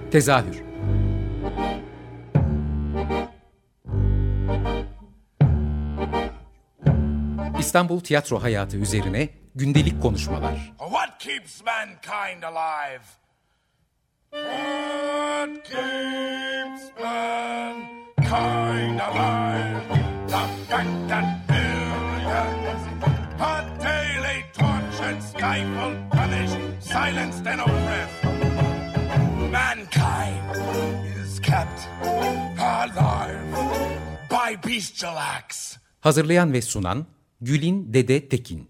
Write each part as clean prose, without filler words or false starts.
Tezahür. İstanbul tiyatro hayatı üzerine gündelik konuşmalar. What keeps mankind alive? What keeps mankind alive? The fact that billions are daily tortured, stifled, punished, silenced and oppressed. Mankind is kept alive by bestial acts. Hazırlayan ve sunan Gülin Dede Tekin.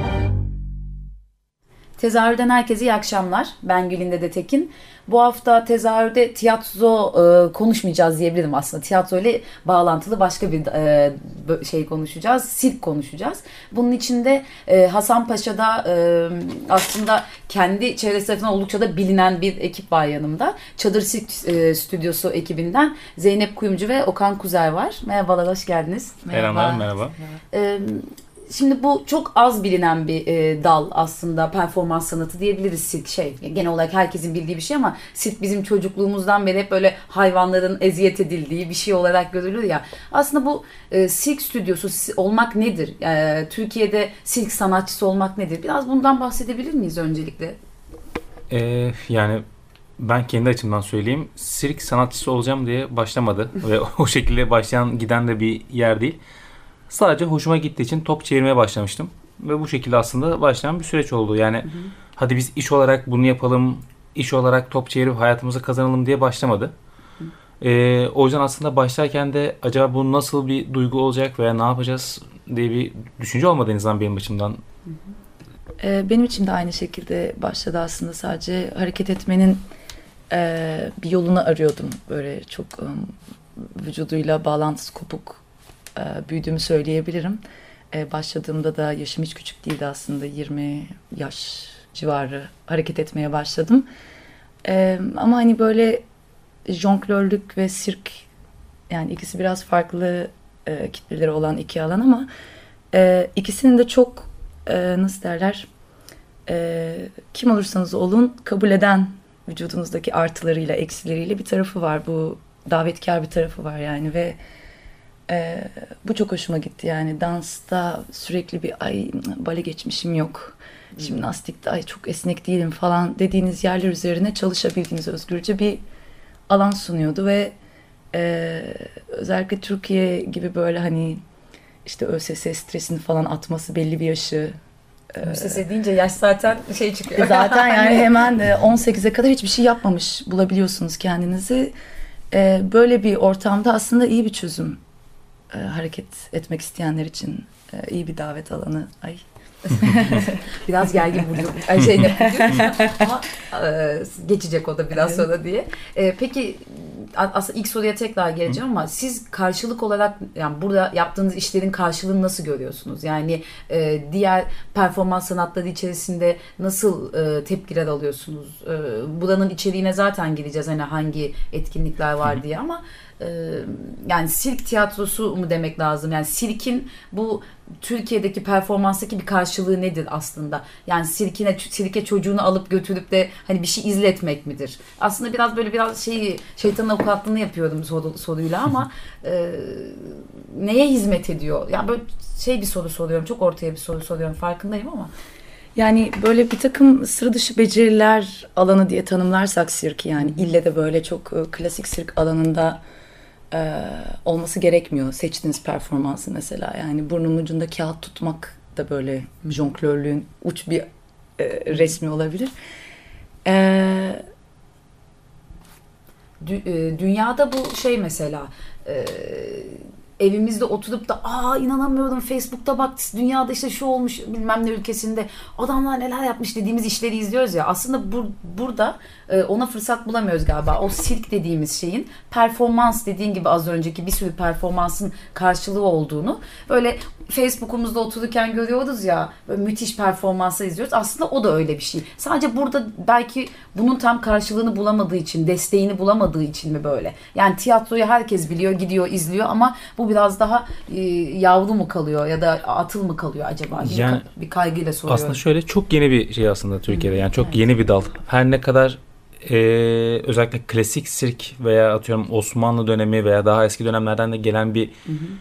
Tezahürden herkese iyi akşamlar. Ben Gülin Dede Tekin. Bu hafta tezahürde tiyatro konuşmayacağız diyebilirim aslında. Tiyatro ile bağlantılı başka bir şey konuşacağız. Sirk konuşacağız. Bunun içinde Hasanpaşa'da aslında kendi çevresi tarafından oldukça da bilinen bir ekip var yanımda. Çadır Sirk Stüdyosu ekibinden Zeynep Kuyumcu ve Okan Kuzer var. Merhabalar, hoş geldiniz. Merhaba. Şimdi bu çok az bilinen bir dal aslında, performans sanatı diyebiliriz sirk. Genel olarak herkesin bildiği bir şey ama sirk bizim çocukluğumuzdan beri hep böyle hayvanların eziyet edildiği bir şey olarak görülür ya. Aslında bu sirk stüdyosu olmak nedir? Türkiye'de sirk sanatçısı olmak nedir? Biraz bundan bahsedebilir miyiz öncelikle? Yani ben kendi açımdan söyleyeyim. Sirk sanatçısı olacağım diye başlamadı ve o şekilde başlayan giden de bir yer değil. Sadece hoşuma gittiği için top çevirmeye başlamıştım. Ve bu şekilde aslında başlayan bir süreç oldu. Yani hadi biz iş olarak bunu yapalım, iş olarak top çevirip hayatımızı kazanalım diye başlamadı. O yüzden aslında başlarken de acaba bu nasıl bir duygu olacak veya ne yapacağız diye bir düşünce olmadı en azından benim açımdan. Benim için de aynı şekilde başladı aslında. Sadece hareket etmenin bir yolunu arıyordum. Böyle çok vücuduyla bağlantısı kopuk büyüdüğümü söyleyebilirim. Başladığımda da yaşım hiç küçük değildi aslında. 20 yaş civarı hareket etmeye başladım. Ama hani böyle jonglörlük ve sirk, yani ikisi biraz farklı kitleleri olan iki alan ama ikisinin de çok nasıl derler, kim olursanız olun kabul eden, vücudunuzdaki artılarıyla eksileriyle bir tarafı var. Bu davetkar bir tarafı var yani ve bu çok hoşuma gitti. Yani dansta sürekli bir bale geçmişim yok, jimnastikte çok esnek değilim falan dediğiniz yerler üzerine çalışabildiğiniz özgürce bir alan sunuyordu ve özellikle Türkiye gibi böyle hani işte ÖSS stresini falan atması belli bir yaşı. ÖSS deyince yaş zaten çıkıyor. Zaten yani hemen 18'e kadar hiçbir şey yapmamış bulabiliyorsunuz kendinizi. Böyle bir ortamda aslında iyi bir çözüm. Hareket etmek isteyenler için iyi bir davet alanı. Biraz gergin buluyor. Ama geçecek o da biraz sonra diye. Peki aslında ilk soruya tekrar geleceğim ama siz karşılık olarak, yani burada yaptığınız işlerin karşılığını nasıl görüyorsunuz? Yani diğer performans sanatları içerisinde nasıl tepkiler alıyorsunuz? Buranın içeriğine zaten gireceğiz, hani hangi etkinlikler var diye, ama yani sirk tiyatrosu mu demek lazım? Yani sirkin bu Türkiye'deki performanstaki bir karşılığı nedir aslında? Yani sirke çocuğunu alıp götürüp de hani bir şey izletmek midir? Aslında biraz şeytanın avukatlığını yapıyorum soruyla ama neye hizmet ediyor? Yani böyle bir soru soruyorum. Çok ortaya bir soru soruyorum. Farkındayım ama. Yani böyle bir takım sıra dışı beceriler alanı diye tanımlarsak sirki, yani ille de böyle çok klasik sirk alanında olması gerekmiyor. Seçtiğiniz performansı mesela. Yani burnun ucunda kağıt tutmak da böyle jonglörlüğün uç bir resmi olabilir. Dünyada bu mesela evimizde oturup da inanamıyorum, Facebook'ta bak dünyada işte şu olmuş bilmem ne ülkesinde adamlar neler yapmış dediğimiz işleri izliyoruz ya. Aslında burada ona fırsat bulamıyoruz galiba. O sirk dediğimiz şeyin performans, dediğin gibi az önceki bir sürü performansın karşılığı olduğunu böyle Facebook'umuzda otururken görüyoruz ya, böyle müthiş performanslar izliyoruz. Aslında o da öyle bir şey. Sadece burada belki bunun tam karşılığını bulamadığı için, desteğini bulamadığı için mi böyle? Yani tiyatroyu herkes biliyor, gidiyor, izliyor ama bu biraz daha yavru mu kalıyor ya da atıl mı kalıyor acaba? Yani, bir kaygıyla soruyorum. Aslında şöyle, çok yeni bir şey aslında Türkiye'de. Yani çok yeni bir dal. Her ne kadar özellikle klasik sirk veya atıyorum Osmanlı dönemi veya daha eski dönemlerden de gelen bir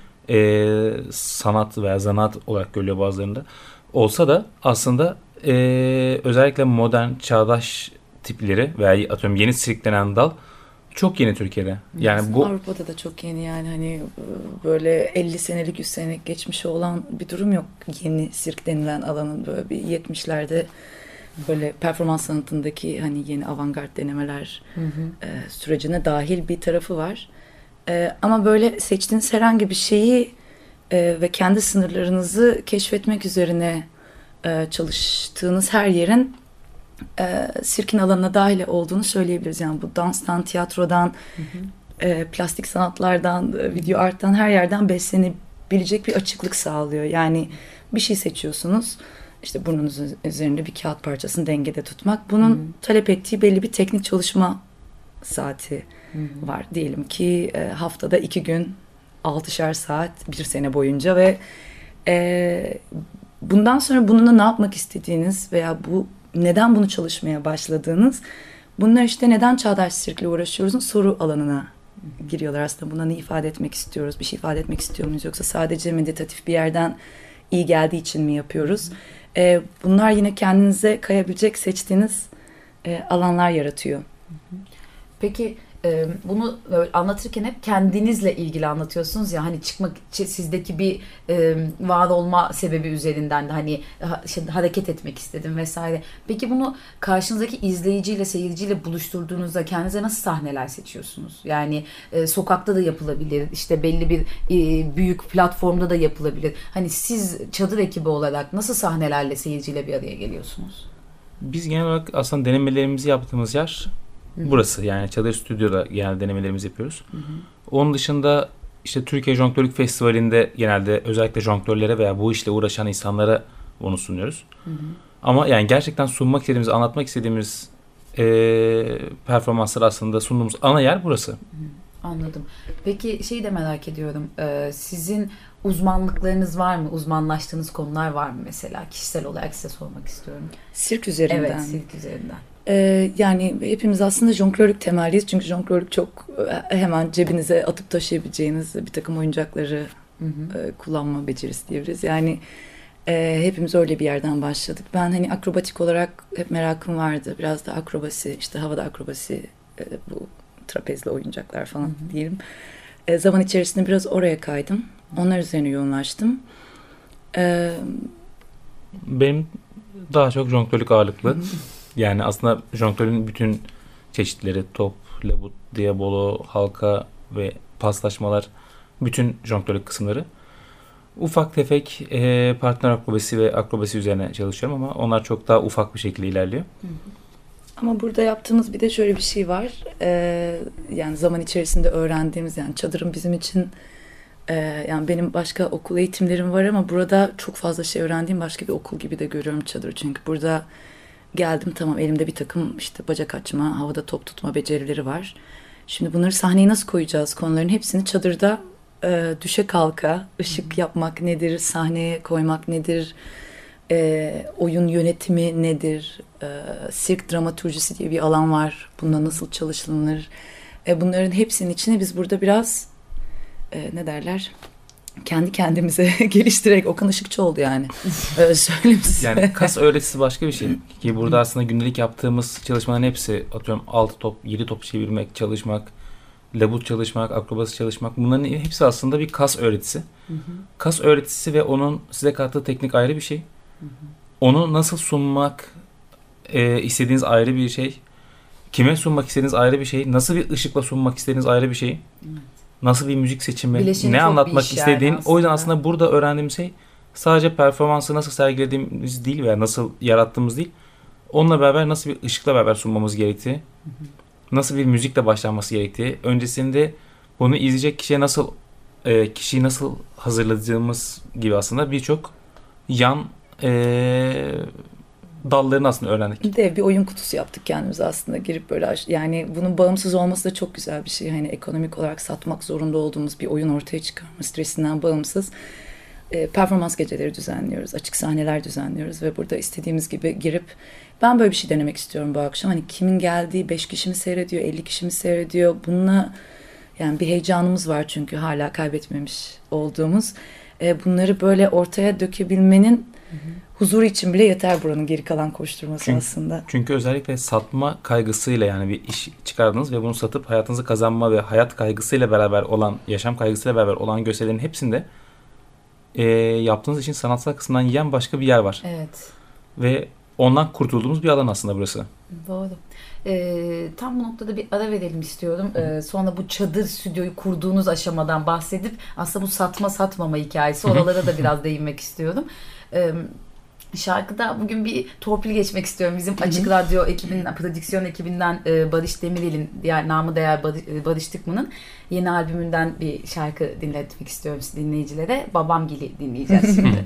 sanat veya zanaat olarak görülüyor bazılarında. Olsa da aslında özellikle modern, çağdaş tipleri veya atıyorum yeni sirk denen dal çok yeni Türkiye'de. Yani Aslında bu Avrupa'da da çok yeni, yani hani böyle 50 senelik 100 senelik geçmişi olan bir durum yok. Yeni sirk denilen alanın böyle bir 70'lerde böyle performans sanatındaki hani yeni avantgard denemeler sürecine dahil bir tarafı var. Ama böyle seçtiğiniz herhangi bir şeyi ve kendi sınırlarınızı keşfetmek üzerine çalıştığınız her yerin sirkin alanına dahil olduğunu söyleyebiliriz. Yani bu danstan, tiyatrodan, plastik sanatlardan, video arttan her yerden beslenebilecek bir açıklık sağlıyor. Yani bir şey seçiyorsunuz, işte burnunuzun üzerinde bir kağıt parçasını dengede tutmak. Bunun talep ettiği belli bir teknik çalışma saati var. Diyelim ki haftada 2 gün 6'şer saat 1 sene boyunca ve bundan sonra bununla ne yapmak istediğiniz veya neden bunu çalışmaya başladığınız, bunlar işte neden çağdaş sirkle uğraşıyoruzun soru alanına giriyorlar. Aslında buna ne ifade etmek istiyoruz, bir şey ifade etmek istiyor muyuz, yoksa sadece meditatif bir yerden iyi geldiği için mi yapıyoruz? Bunlar yine kendinize kayabilecek seçtiğiniz alanlar yaratıyor. Peki bunu böyle anlatırken hep kendinizle ilgili anlatıyorsunuz ya, hani çıkmak sizdeki bir var olma sebebi üzerinden de hani hareket etmek istedim vesaire. Peki bunu karşınızdaki izleyiciyle, seyirciyle buluşturduğunuzda kendinize nasıl sahneler seçiyorsunuz? Yani sokakta da yapılabilir, işte belli bir büyük platformda da yapılabilir. Hani siz çadır ekibi olarak nasıl sahnelerle seyirciyle bir araya geliyorsunuz? biz genel olarak aslında denemelerimizi yaptığımız yer burası. Yani çadır stüdyoda genel denemelerimizi yapıyoruz. Onun dışında işte Türkiye Jonglörlük Festivali'nde genelde özellikle jonglörlere veya bu işle uğraşan insanlara onu sunuyoruz. Ama yani gerçekten sunmak istediğimiz, anlatmak istediğimiz performansları aslında sunduğumuz ana yer burası. Anladım. Peki şeyi de merak ediyorum. Sizin uzmanlıklarınız var mı? Uzmanlaştığınız konular var mı mesela? Kişisel olarak size sormak istiyorum. Sirk üzerinden. Evet, sirk üzerinden. Yani hepimiz aslında jonglörlük temelliyiz. Çünkü jonglörlük çok hemen cebinize atıp taşıyabileceğiniz bir takım oyuncakları kullanma becerisi diyebiliriz. Yani hepimiz öyle bir yerden başladık. Ben hani akrobatik olarak hep merakım vardı. Biraz da akrobasi, işte havada akrobasi, bu trapezli oyuncaklar falan diyelim. Zaman içerisinde biraz oraya kaydım. Onlar üzerine yoğunlaştım. Benim daha çok jonglörlük ağırlıklı. Yani aslında jonglörün bütün çeşitleri, top, labut, diabolo, halka ve paslaşmalar, bütün jonglörlük kısımları. Ufak tefek partner akrobasi ve akrobasi üzerine çalışıyorum ama onlar çok daha ufak bir şekilde ilerliyor. Ama burada yaptığımız bir de şöyle bir şey var. Yani zaman içerisinde öğrendiğimiz, yani çadırın bizim için yani benim başka okul eğitimlerim var ama burada çok fazla şey öğrendiğim başka bir okul gibi de görüyorum çadırı. Çünkü burada geldim, tamam, elimde bir takım işte bacak açma, havada top tutma becerileri var. Şimdi bunları sahneye nasıl koyacağız? Konuların hepsini çadırda düşe kalka, ışık yapmak nedir, sahneye koymak nedir, oyun yönetimi nedir, sirk dramaturjisi diye bir alan var. Bununla nasıl çalışılır? Bunların hepsinin içine biz burada biraz ne derler? Kendi kendimize geliştirerek, Okan Işıkçı oldu yani. Söyleyeyim size. Yani kas öğretisi başka bir şey. Ki burada aslında gündelik yaptığımız çalışmaların hepsi, atıyorum 6 top, 7 top çevirmek, çalışmak, labut çalışmak, akrobasi çalışmak, bunların hepsi aslında bir kas öğretisi. Kas öğretisi ve onun size kattığı teknik ayrı bir şey. Onu nasıl sunmak istediğiniz ayrı bir şey. Kime sunmak istediğiniz ayrı bir şey. Nasıl bir ışıkla sunmak istediğiniz ayrı bir şey. Nasıl bir müzik seçimi, Bileşeni ne çok anlatmak bir iş istediğin. yani O yüzden aslında burada öğrendiğim şey sadece performansı nasıl sergilediğimiz değil veya nasıl yarattığımız değil. Onunla beraber nasıl bir ışıkla beraber sunmamız gerektiği, nasıl bir müzikle başlanması gerektiği, öncesinde bunu izleyecek kişiyi nasıl hazırladığımız gibi aslında birçok yan dallarını aslında öğrendik. Dev bir oyun kutusu yaptık kendimize aslında, girip böyle, yani bunun bağımsız olması da çok güzel bir şey. Hani ekonomik olarak satmak zorunda olduğumuz bir oyun ortaya çıkarma stresinden bağımsız. performans geceleri düzenliyoruz. Açık sahneler düzenliyoruz ve burada istediğimiz gibi girip ben böyle bir şey denemek istiyorum bu akşam. Hani kimin geldiği 5 kişi mi seyrediyor, 50 kişi mi seyrediyor? Bununla yani bir heyecanımız var çünkü hala kaybetmemiş olduğumuz. Bunları böyle ortaya dökebilmenin huzuru için bile yeter buranın geri kalan koşturması aslında. Çünkü özellikle satma kaygısıyla yani bir iş çıkardınız ve bunu satıp hayatınızı kazanma ve hayat kaygısıyla beraber olan, yaşam kaygısıyla beraber olan gösterilerin hepsinde yaptığınız için sanatsal kısmından yiyen başka bir yer var. Evet. Ve ondan kurtulduğumuz bir alan aslında burası. Doğru. Tam bu noktada bir ara verelim istiyorum. Sonra bu çadır stüdyoyu kurduğunuz aşamadan bahsedip aslında bu satma satmama hikayesi oralara da biraz değinmek istiyorum. Şarkıda bugün bir torpil geçmek istiyorum. Bizim Açık Radyo ekibinden, prodüksiyon ekibinden Barış Demirel'in, diğer namı değer Barış Tıkman'ın yeni albümünden bir şarkı dinletmek istiyorum dinleyicilere. Babamgil'i dinleyeceğiz şimdi.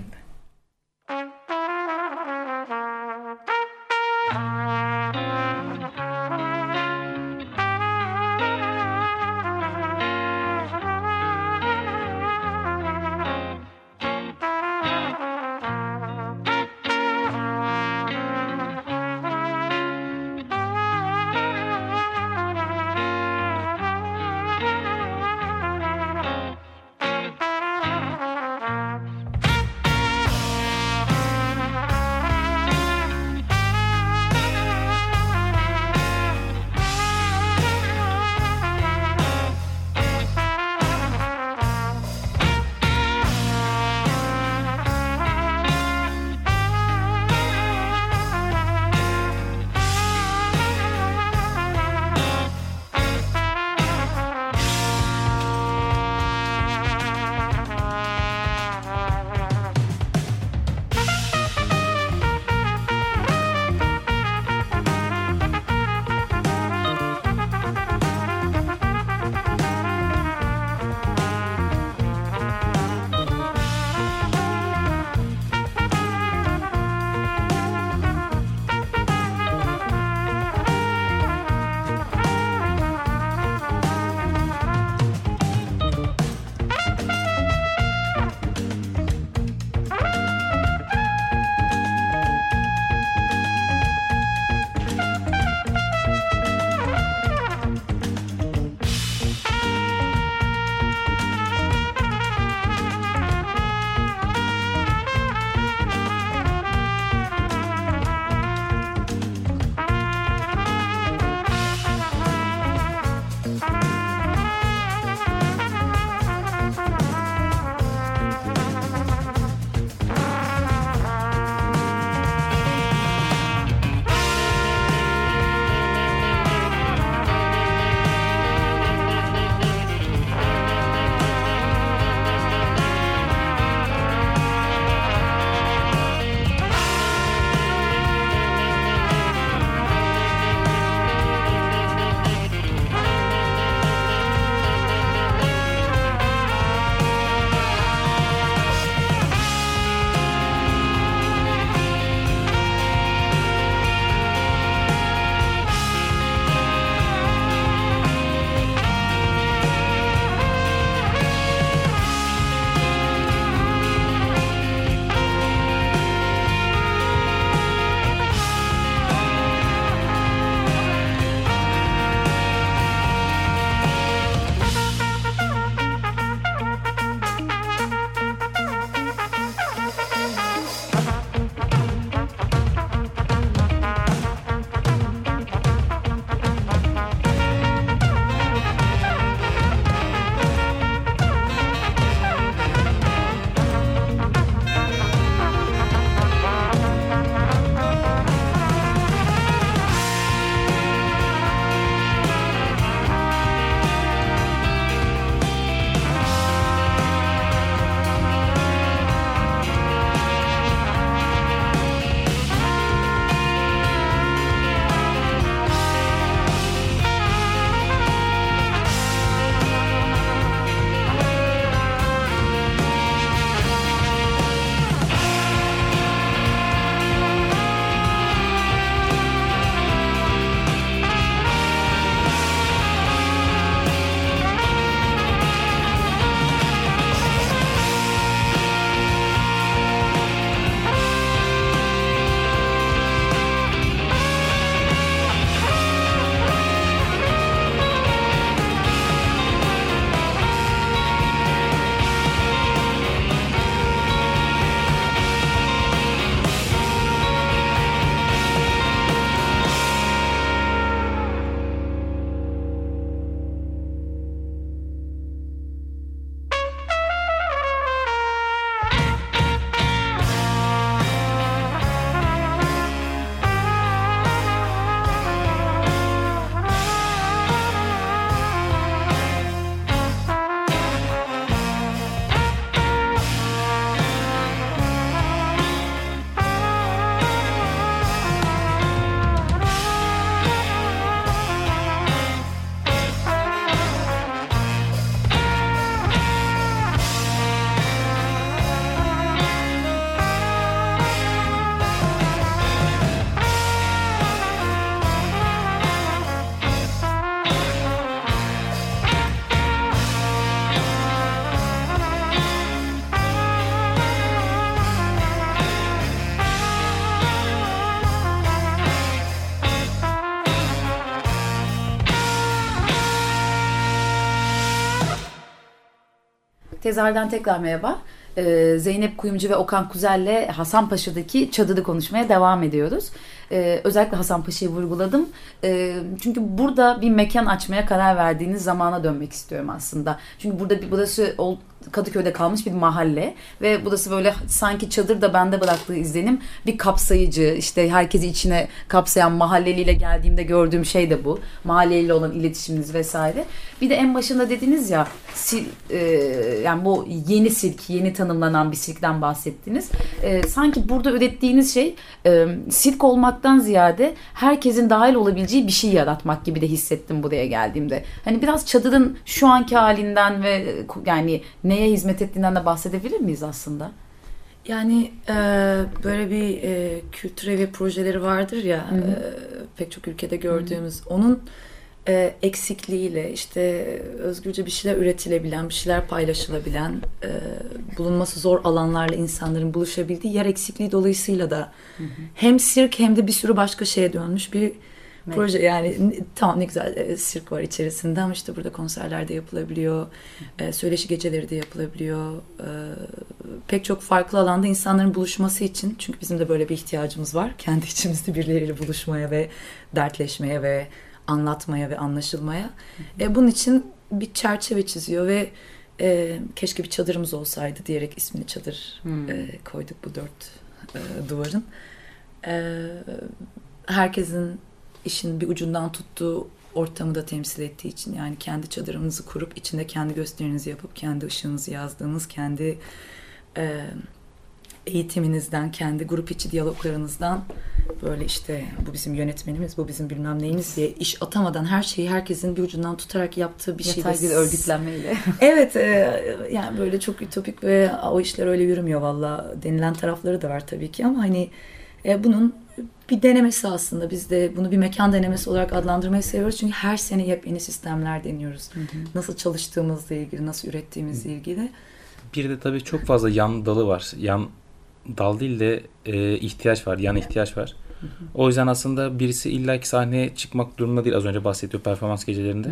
Tezahürden tekrar merhaba. Zeynep Kuyumcu ve Okan Kuzel'le Hasanpaşa'daki çadırı konuşmaya devam ediyoruz. Özellikle Hasanpaşa'yı vurguladım. Çünkü burada bir mekan açmaya karar verdiğiniz zamana dönmek istiyorum aslında. Çünkü burası Kadıköy'de kalmış bir mahalle ve burası böyle sanki çadır da bende bıraktığı izlenim bir kapsayıcı, işte herkesi içine kapsayan, mahalleliyle geldiğimde gördüğüm şey de bu. Mahalleyle olan iletişiminiz vesaire. Bir de en başında dediniz ya yani bu yeni sirk, yeni tanımlanan bir sirkten bahsettiniz. Sanki burada ürettiğiniz şey sirk olmaktan ziyade herkesin dahil olabileceği bir şey yaratmak gibi de hissettim buraya geldiğimde. Hani biraz çadırın şu anki halinden ve yani neye hizmet ettiğinden de bahsedebilir miyiz aslında? Yani böyle bir kültür evi projeleri vardır ya, pek çok ülkede gördüğümüz, onun eksikliğiyle işte özgürce bir şeyler üretilebilen, bir şeyler paylaşılabilen, bulunması zor alanlarla insanların buluşabildiği yer eksikliği dolayısıyla da hem sirk hem de bir sürü başka şeye dönmüş bir proje. Yani tamam, ne güzel sirk var içerisinde ama işte burada konserler de yapılabiliyor, söyleşi geceleri de yapılabiliyor. Pek çok farklı alanda insanların buluşması için, çünkü bizim de böyle bir ihtiyacımız var. Kendi içimizde birileriyle buluşmaya ve dertleşmeye ve anlatmaya ve anlaşılmaya. Bunun için bir çerçeve çiziyor ve keşke bir çadırımız olsaydı diyerek ismini çadır koyduk bu 4 duvarın. Herkesin işin bir ucundan tuttuğu ortamı da temsil ettiği için, yani kendi çadırınızı kurup içinde kendi gösterinizi yapıp kendi ışığınızı yazdığınız, kendi eğitiminizden, kendi grup içi diyaloglarınızdan böyle işte bu bizim yönetmenimiz, bu bizim bilmem neyimiz diye iş atamadan her şeyi herkesin bir ucundan tutarak yaptığı bir şey. Yatay bir örgütlenmeyle. Evet, yani böyle çok ütopik ve o işler öyle yürümüyor valla denilen tarafları da var tabii ki ama hani bunun bir denemesi aslında. Biz de bunu bir mekan denemesi olarak adlandırmayı seviyoruz. Çünkü her sene yepyeni sistemler deniyoruz. Nasıl çalıştığımızla ilgili, nasıl ürettiğimizle ilgili. Bir de tabii çok fazla yan dalı var. Yan dal değil de ihtiyaç var, yan ihtiyaç var. O yüzden aslında birisi illaki sahneye çıkmak durumunda değil. Az önce bahsettiğim performans gecelerinde.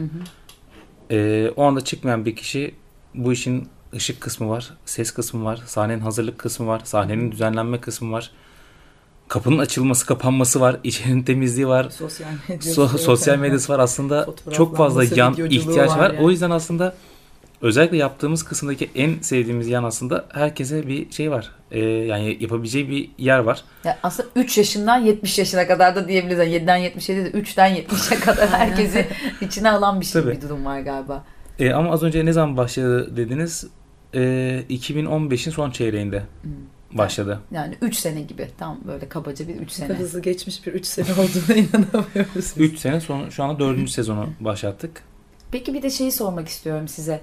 O anda çıkmayan bir kişi, bu işin ışık kısmı var, ses kısmı var, sahnenin hazırlık kısmı var, sahnenin düzenlenme kısmı var. Kapının açılması, kapanması var, içerinin temizliği var, sosyal medyası var. Aslında çok fazla yan ihtiyaç var. Yani. O yüzden aslında özellikle yaptığımız kısımdaki en sevdiğimiz yan aslında herkese bir şey var. Yani yapabileceği bir yer var. Ya aslında 3 yaşından 70 yaşına kadar da diyebiliriz. Yani 7'den 70'e değil de 3'ten 70'e kadar herkesi içine alan bir bir durum var galiba. Ama az önce ne zaman başladı dediniz? 2015'in son çeyreğinde başladı. Yani 3 sene gibi. Tam böyle kabaca bir 3 sene. Hızlı geçmiş bir 3 sene olduğuna inanamıyoruz. 3 sene sonra şu anda 4. sezonu başlattık. Peki bir de şeyi sormak istiyorum size.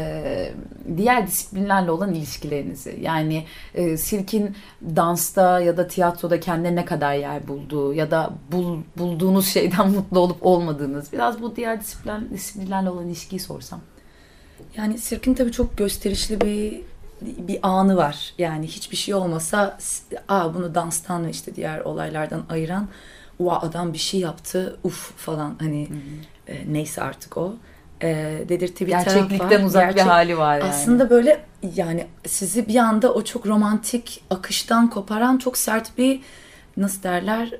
Diğer disiplinlerle olan ilişkilerinizi. Yani sirkin dansta ya da tiyatroda kendine ne kadar yer bulduğu ya da bulduğunuz şeyden mutlu olup olmadığınız. Biraz bu diğer disiplinlerle olan ilişkiyi sorsam. Yani sirkin tabii çok gösterişli bir anı var. Yani hiçbir şey olmasa bunu danstan ve işte diğer olaylardan ayıran adam bir şey yaptı falan hani neyse artık o dedirttiği bir taraf var. Gerçeklikten uzak bir hali var yani. Aslında böyle yani sizi bir anda o çok romantik akıştan koparan çok sert bir nasıl derler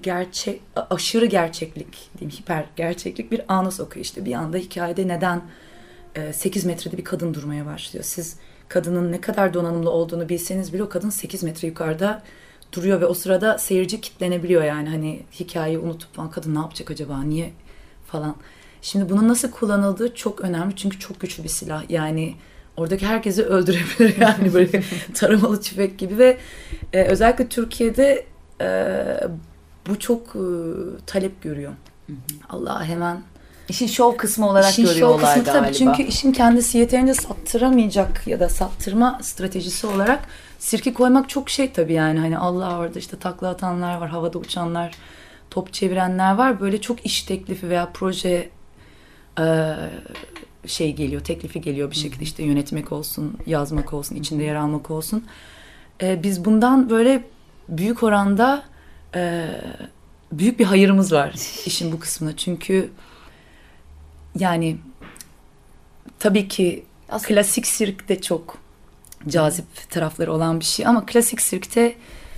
aşırı gerçeklik diyeyim, hiper gerçeklik bir ana sokuyor. İşte bir anda hikayede neden 8 metrede bir kadın durmaya başlıyor. Siz kadının ne kadar donanımlı olduğunu bilseniz bile o kadın 8 metre yukarıda duruyor ve o sırada seyirci kitlenebiliyor yani hani hikayeyi unutup falan kadın ne yapacak acaba, niye falan. Şimdi bunun nasıl kullanıldığı çok önemli çünkü çok güçlü bir silah. Yani oradaki herkesi öldürebilir yani böyle taramalı tüfek gibi ve özellikle Türkiye'de bu çok talep görüyor. Allah hemen İşin şov kısmı olarak görüyorlar galiba. Tabii çünkü işin kendisi yeterince sattıramayacak ya da sattırma stratejisi olarak sirki koymak çok tabii yani hani Allah orada işte takla atanlar var, havada uçanlar, top çevirenler var. Böyle çok iş teklifi veya proje teklifi geliyor bir şekilde işte yönetmek olsun, yazmak olsun, içinde yer almak olsun. Biz bundan böyle büyük oranda büyük bir hayırımız var işin bu kısmına çünkü yani tabii ki Aslında Klasik sirk de çok cazip tarafları olan bir şey ama klasik sirkte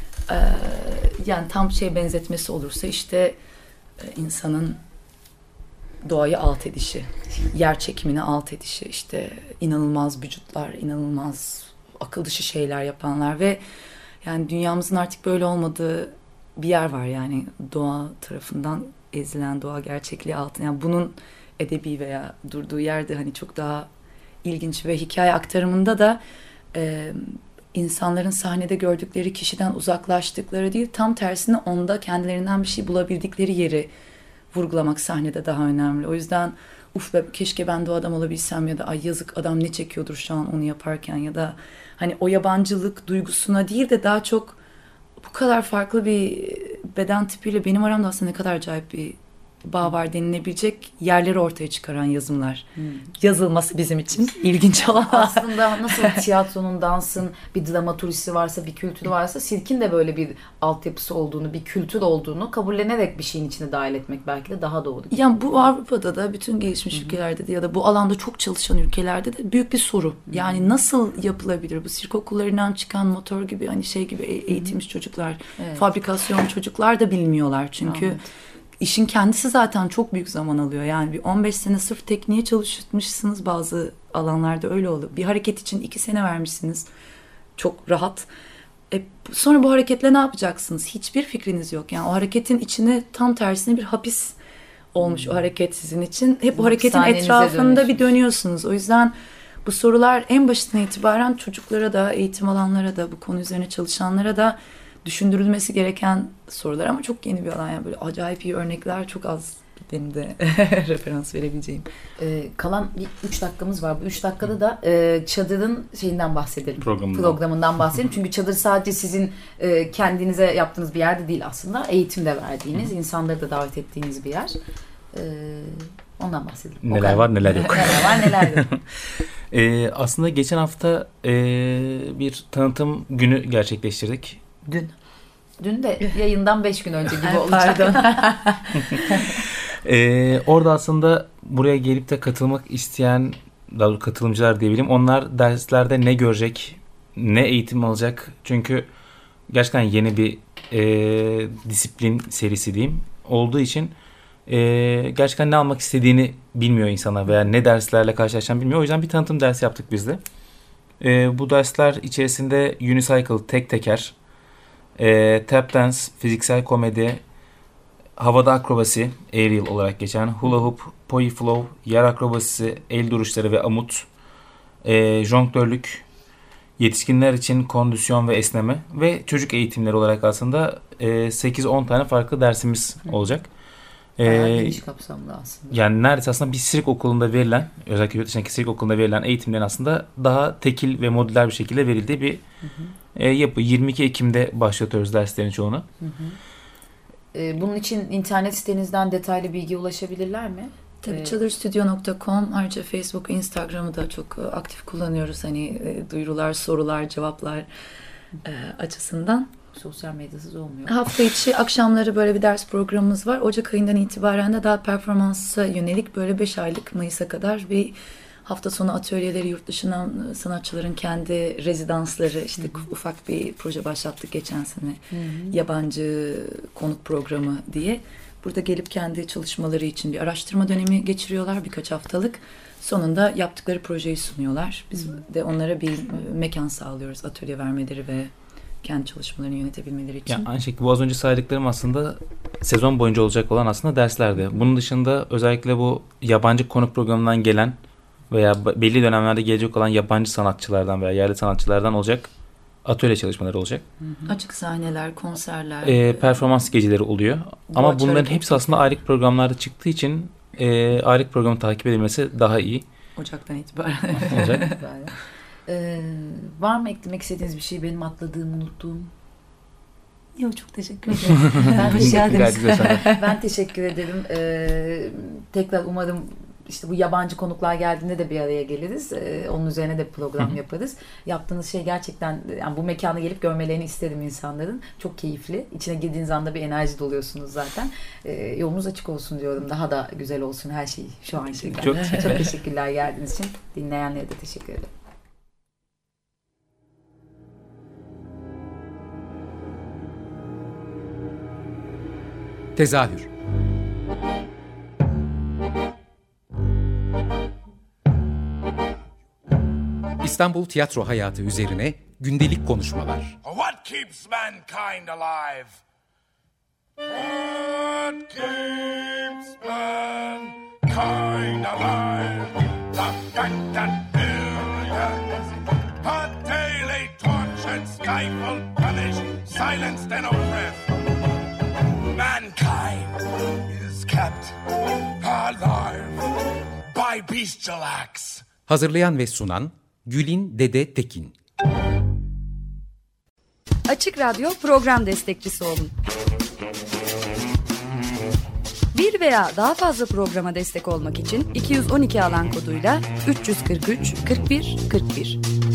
yani tam benzetmesi olursa işte insanın doğayı alt edişi, yer çekimini alt edişi, işte inanılmaz vücutlar, inanılmaz akıl dışı şeyler yapanlar ve yani dünyamızın artık böyle olmadığı bir yer var yani doğa tarafından ezilen, doğa gerçekliği altında. Yani bunun edebi veya durduğu yerde hani çok daha ilginç ve hikaye aktarımında da insanların sahnede gördükleri kişiden uzaklaştıkları değil, tam tersine onda kendilerinden bir şey bulabildikleri yeri vurgulamak sahnede daha önemli. O yüzden be, keşke ben de o adam olabilsem ya da ay yazık adam ne çekiyordur şu an onu yaparken ya da hani o yabancılık duygusuna değil de daha çok bu kadar farklı bir beden tipiyle benim aramda aslında ne kadar acayip bir bağ var denilebilecek yerleri ortaya çıkaran yazımlar. Yazılması bizim için ilginç olan. Aslında nasıl tiyatronun, dansın bir dramaturjisi varsa, bir kültürü varsa, sirkin de böyle bir altyapısı olduğunu, bir kültür olduğunu kabullenerek bir şeyin içine dahil etmek belki de daha doğru. Yani bu Avrupa'da da bütün gelişmiş ülkelerde de ya da bu alanda çok çalışan ülkelerde de büyük bir soru. Yani nasıl yapılabilir? Bu sirk okullarından çıkan motor gibi hani gibi eğitilmiş çocuklar, fabrikasyon çocuklar da bilmiyorlar çünkü. Evet. İşin kendisi zaten çok büyük zaman alıyor. Yani bir 15 sene sırf tekniğe çalışmışsınız bazı alanlarda öyle oluyor. Bir hareket için 2 sene vermişsiniz. Çok rahat. Sonra bu hareketle ne yapacaksınız? Hiçbir fikriniz yok. Yani o hareketin içine tam tersine bir hapis olmuş o hareket sizin için. Hep o hareketin etrafında bir dönüyorsunuz. O yüzden bu sorular en başından itibaren çocuklara da, eğitim alanlara da, bu konu üzerine çalışanlara da düşündürülmesi gereken sorular ama çok yeni bir alan. Yani böyle acayip iyi örnekler çok az benim de referans verebileceğim. Kalan 3 dakikamız var. Bu 3 dakikada da çadırın şeyinden bahsedelim. Programından bahsedelim. Çünkü çadır sadece sizin kendinize yaptığınız bir yerde değil aslında. Eğitim de verdiğiniz, insanları da davet ettiğiniz bir yer. Ondan bahsedelim. Neler var neler yok. Neler var neler yok. Aslında geçen hafta bir tanıtım günü gerçekleştirdik. Dün de yayından 5 gün önce gibi olacak. Orada aslında buraya gelip de katılmak isteyen katılımcılar diyebilirim. Onlar derslerde ne görecek, ne eğitim alacak. Çünkü gerçekten yeni bir disiplin serisi diyeyim. Olduğu için gerçekten ne almak istediğini bilmiyor insanlar veya ne derslerle karşılaşacağını bilmiyor. O yüzden bir tanıtım dersi yaptık biz de. Bu dersler içerisinde unicycle, tek teker, tap dance, fiziksel komedi, havada akrobasi, aerial olarak geçen, hula hoop, poi flow, yer akrobasisi, el duruşları ve amut, jonglörlük, yetişkinler için kondisyon ve esneme ve çocuk eğitimleri olarak aslında 8-10 tane farklı dersimiz olacak. Geniş kapsamlı aslında. Yani neredeyse aslında bir sirk okulunda verilen, özellikle yurt dışındaki sirk okulunda verilen eğitimlerin aslında daha tekil ve modüler bir şekilde verildiği bir yapı. 22 Ekim'de başlatıyoruz derslerin çoğunu. Bunun için internet sitenizden detaylı bilgi ulaşabilirler mi? Tabii çadırstudio.com, ayrıca Facebook, Instagram'ı da çok aktif kullanıyoruz. Hani duyurular, sorular, cevaplar açısından. Sosyal medyasız olmuyor. Hafta içi akşamları böyle bir ders programımız var. Ocak ayından itibaren de daha performansa yönelik böyle 5 aylık Mayıs'a kadar bir hafta sonu atölyeleri, yurt dışından sanatçıların kendi rezidansları, işte ufak bir proje başlattık geçen sene. Yabancı konuk programı diye. Burada gelip kendi çalışmaları için bir araştırma dönemi geçiriyorlar birkaç haftalık. Sonunda yaptıkları projeyi sunuyorlar. Biz de onlara bir mekan sağlıyoruz atölye vermeleri ve kendi çalışmalarını yönetebilmeleri için. Ya aynı şekilde bu az önce saydıklarım aslında sezon boyunca olacak olan aslında derslerdi. Bunun dışında özellikle bu yabancı konuk programından gelen veya belli dönemlerde gelecek olan yabancı sanatçılardan veya yerli sanatçılardan olacak atölye çalışmaları olacak. Açık sahneler, konserler. Performans geceleri oluyor. Ama bunların hepsi aslında aylık programlarda çıktığı için aylık programı takip edilmesi daha iyi. Ocaktan itibaren. Olacak. Var mı eklemek istediğiniz bir şey? Benim atladığım, unuttuğum? Yok, çok teşekkür ederim. Ben teşekkür ederim. Tekrar umarım işte bu yabancı konuklar geldiğinde de bir araya geliriz. Onun üzerine de program yaparız. Yaptığınız şey gerçekten, yani bu mekana gelip görmelerini isterim insanların. Çok keyifli. İçine girdiğiniz anda bir enerji doluyorsunuz zaten. Yolunuz açık olsun diyorum. Daha da güzel olsun her şey şu an için. Çok teşekkürler geldiğiniz için. Dinleyenlere de teşekkür ederim. Tezahür. İstanbul tiyatro hayatı üzerine gündelik konuşmalar. What keeps mankind alive? What keeps mankind alive? The fact that billions are daily tortured, stifled, punished, silenced, and oppressed. Mankind is kept alive by bestial acts. Hazırlayan ve sunan Gülin Dede Tekin. Açık Radyo program destekçisi olun. Bir veya daha fazla programa destek olmak için 212 alan koduyla 343 41 41.